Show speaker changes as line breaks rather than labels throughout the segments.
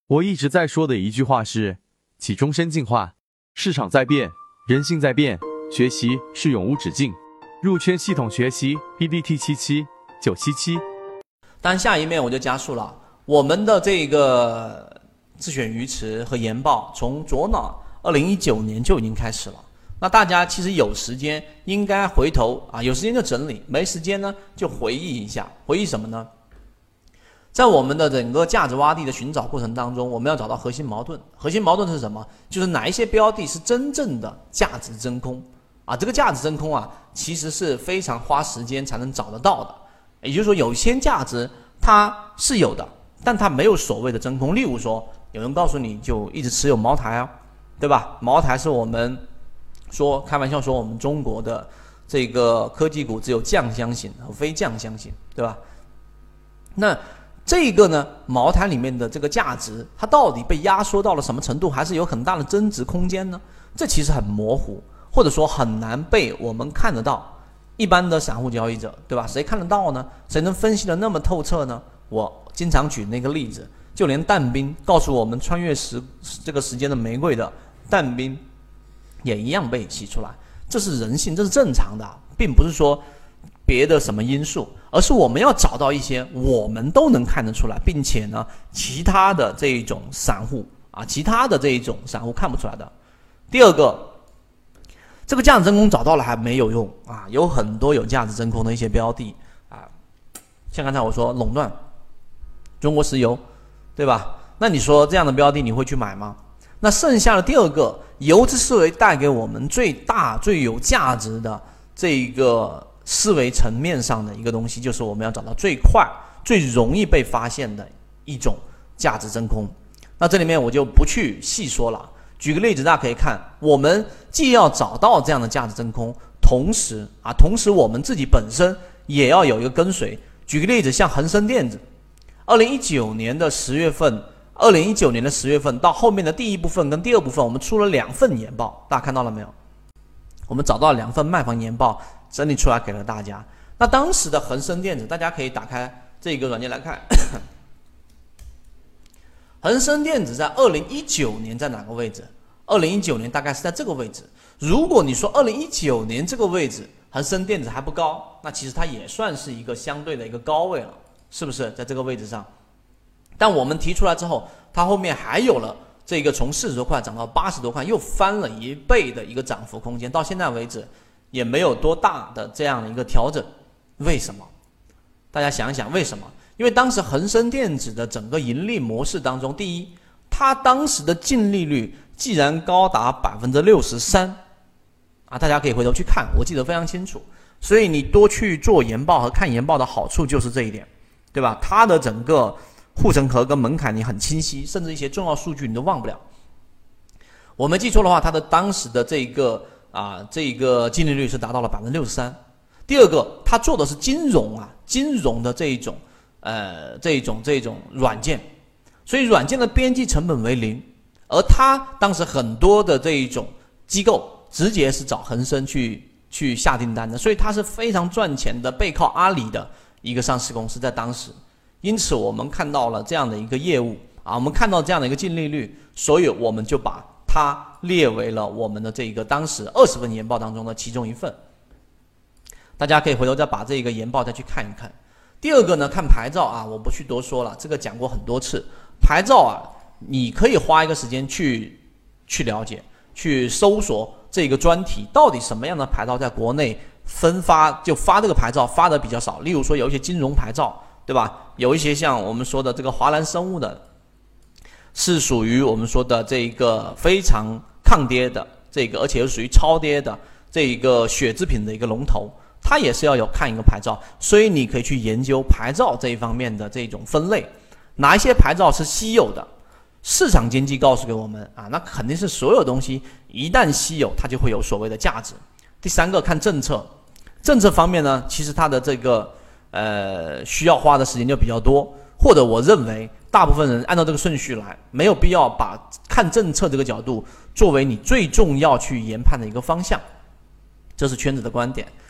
我一直在说的一句话是：其终身进化。市场在变，人性在变，学习是永无止境。入圈系统学习 BDT77977。
当下一面我就加速了，我们的这个自选鱼池和研报从左脑2019年就已经开始了。那大家其实有时间应该回头啊，有时间就整理，没时间呢就回忆一下。回忆什么呢？在我们的整个价值洼地的寻找过程当中，我们要找到核心矛盾。核心矛盾是什么？就是哪一些标的是真正的价值真空啊？这个价值真空啊，其实是非常花时间才能找得到的。也就是说，有些价值它是有的，但它没有所谓的真空。例如说，有人告诉你就一直持有茅台啊，对吧？茅台是我们说开玩笑说我们中国的这个科技股只有酱香型和非酱香型，对吧？那这个呢，茅台里面的这个价值，它到底被压缩到了什么程度，还是有很大的增值空间呢？这其实很模糊，或者说很难被我们看得到。一般的散户交易者，对吧？谁看得到呢？谁能分析得那么透彻呢？我经常举那个例子，就连但兵告诉我们穿越这个时间的玫瑰的但兵，也一样被洗出来。这是人性，这是正常的，并不是说别的什么因素，而是我们要找到一些我们都能看得出来，并且呢，其他的这一种散户看不出来的。第二个，这个价值真空找到了还没有用啊，有很多有价值真空的一些标的啊，像刚才我说垄断中国石油，对吧？那你说这样的标的你会去买吗？那剩下的第二个，游资思维带给我们最大最有价值的这个思维层面上的一个东西，就是我们要找到最快最容易被发现的一种价值真空。那这里面我就不去细说了，举个例子，大家可以看，我们既要找到这样的价值真空，同时我们自己本身也要有一个跟随。举个例子，像恒生电子2019年的10月份到后面的第一部分跟第二部分，我们出了2份研报，大家看到了没有？我们找到了2份卖房研报，整理出来给了大家。那当时的恒生电子，大家可以打开这个软件来看。恒生电子在2019年在哪个位置？2019年大概是在这个位置。如果你说2019年这个位置恒生电子还不高，那其实它也算是一个相对的一个高位了，是不是在这个位置上？但我们提出来之后，它后面还有了这个从40多块涨到80多块，又翻了1倍的一个涨幅空间，到现在为止也没有多大的这样的一个调整。为什么？大家想一想为什么？因为当时恒生电子的整个盈利模式当中，第一，它当时的净利率既然高达63%啊，大家可以回头去看，我记得非常清楚。所以你多去做研报和看研报的好处就是这一点，对吧？它的整个护城河跟门槛你很清晰，甚至一些重要数据你都忘不了。我没记错的话，它的当时的这个净利率是达到了63%。第二个，它做的是金融的这种软件，所以软件的边际成本为0，而它当时很多的这一种机构直接是找恒生去下订单的，所以它是非常赚钱的，背靠阿里的一个上市公司在当时。因此我们看到了这样的一个业务啊，我们看到这样的一个净利率，所以我们就把它列为了我们的这个当时20份研报当中的其中一份。大家可以回头再把这个研报再去看一看。第二个呢，看牌照啊，我不去多说了，这个讲过很多次。牌照啊，你可以花一个时间去了解，去搜索这个专题，到底什么样的牌照在国内分发，就发这个牌照发的比较少。例如说有一些金融牌照，对吧？有一些像我们说的这个华南生物的，是属于我们说的这个非常抗跌的这个，而且又属于超跌的这一个血制品的一个龙头。它也是要有看一个牌照，所以你可以去研究牌照这一方面的这种分类，哪一些牌照是稀有的，市场经济告诉给我们啊，那肯定是所有东西一旦稀有，它就会有所谓的价值。第三个看政策，政策方面呢，其实它的这个需要花的时间就比较多，或者我认为大部分人按照这个顺序来，没有必要把看政策这个角度作为你最重要去研判的一个方向，这是圈子的观点。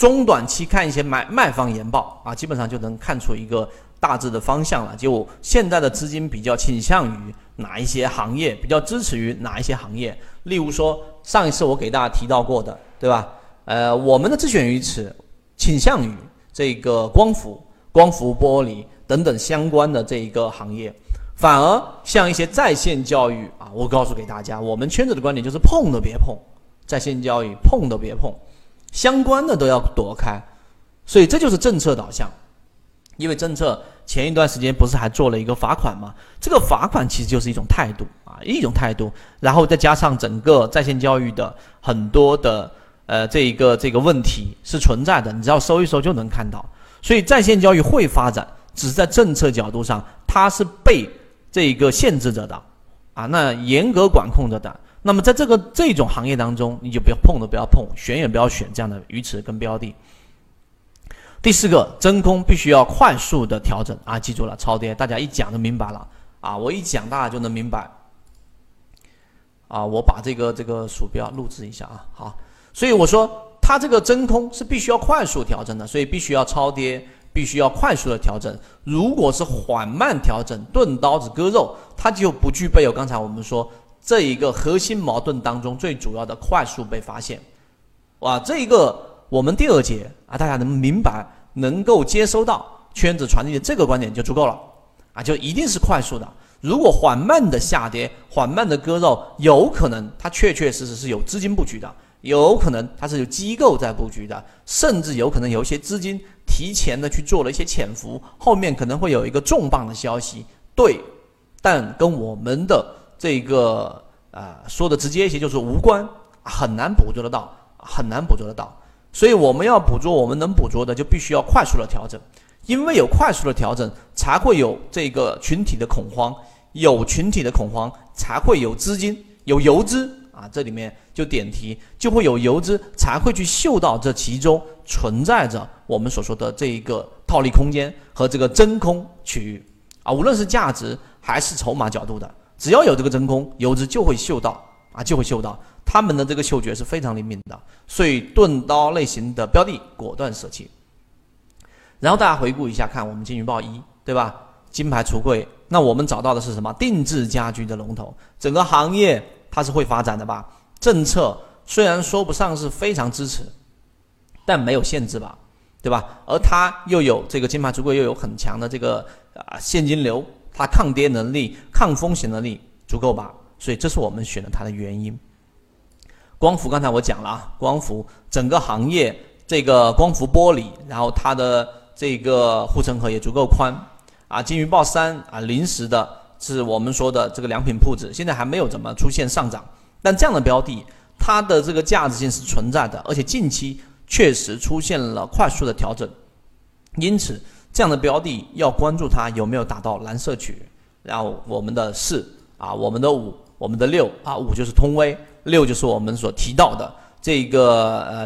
中短期看一些卖方研报啊，基本上就能看出一个大致的方向了。就现在的资金比较倾向于哪一些行业，比较支持于哪一些行业。例如说上一次我给大家提到过的，对吧？我们的自选鱼池倾向于这个光伏玻璃等等相关的这一个行业，反而像一些在线教育啊，我告诉给大家，我们圈子的观点就是碰都别碰，在线教育碰都别碰，相关的都要躲开。所以这就是政策导向。因为政策前一段时间不是还做了一个罚款吗？这个罚款其实就是一种态度啊，一种态度，然后再加上整个在线教育的很多的这个问题是存在的，你只要搜一搜就能看到。所以在线教育会发展，只是在政策角度上它是被这个限制着的啊，那严格管控着的。那么在这种行业当中，你就不要碰的不要碰，选也不要选这样的鱼池跟标的。第四个，真空必须要快速的调整啊，记住了，超跌大家一讲就明白了啊，我一讲大家就能明白啊。我把这个鼠标录制一下啊，好。所以我说它这个真空是必须要快速调整的，所以必须要超跌，必须要快速的调整。如果是缓慢调整，钝刀子割肉，它就不具备有刚才我们说这一个核心矛盾当中最主要的快速被发现。哇，这一个我们第二节啊，大家能明白，能够接收到圈子传递的这个观点就足够了啊，就一定是快速的。如果缓慢的下跌，缓慢的割肉，有可能它确实是有资金布局的，有可能它是有机构在布局的，甚至有可能有一些资金提前的去做了一些潜伏，后面可能会有一个重磅的消息，对，但跟我们的这个说的直接一些就是无关，很难捕捉得到，很难捕捉得到。所以我们要捕捉我们能捕捉的，就必须要快速的调整，因为有快速的调整，才会有这个群体的恐慌，有群体的恐慌，才会有资金，有游资啊，这里面就点题，就会有游资，才会去嗅到这其中存在着我们所说的这一个套利空间和这个真空区域啊，无论是价值还是筹码角度的，只要有这个真空，游资就会嗅到啊，就会嗅到。他们的这个嗅觉是非常灵敏的，所以钝刀类型的标的果断舍弃。然后大家回顾一下，看我们金鱼报1，对吧？金牌橱柜，那我们找到的是什么？定制家居的龙头，整个行业它是会发展的吧？政策虽然说不上是非常支持，但没有限制吧，对吧？而它又有这个金牌橱柜，又有很强的这个现金流，它抗跌能力、抗风险能力足够吧？所以这是我们选的它的原因。光伏刚才我讲了啊，光伏整个行业这个光伏玻璃，然后它的这个护城河也足够宽啊。金鱼报3啊，临时的是我们说的这个良品铺子，现在还没有怎么出现上涨，但这样的标的它的这个价值性是存在的，而且近期确实出现了快速的调整，因此这样的标的要关注它有没有达到蓝色区域。然后我们的4啊，我们的5，我们的6啊，5就是通威，6就是我们所提到的这个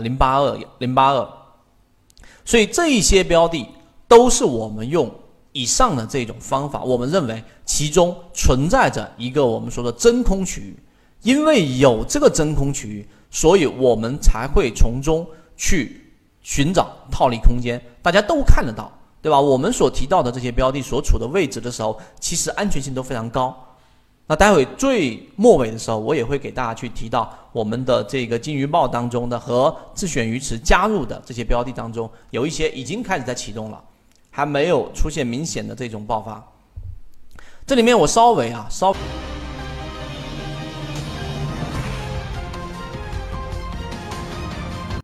082，所以这一些标的都是我们用以上的这种方法，我们认为其中存在着一个我们说的真空区域，因为有这个真空区域，所以我们才会从中去寻找套利空间，大家都看得到，对吧？我们所提到的这些标的所处的位置的时候，其实安全性都非常高。那待会最末尾的时候，我也会给大家去提到我们的这个金鱼报当中的和自选鱼池加入的这些标的当中，有一些已经开始在启动了，还没有出现明显的这种爆发。这里面我稍微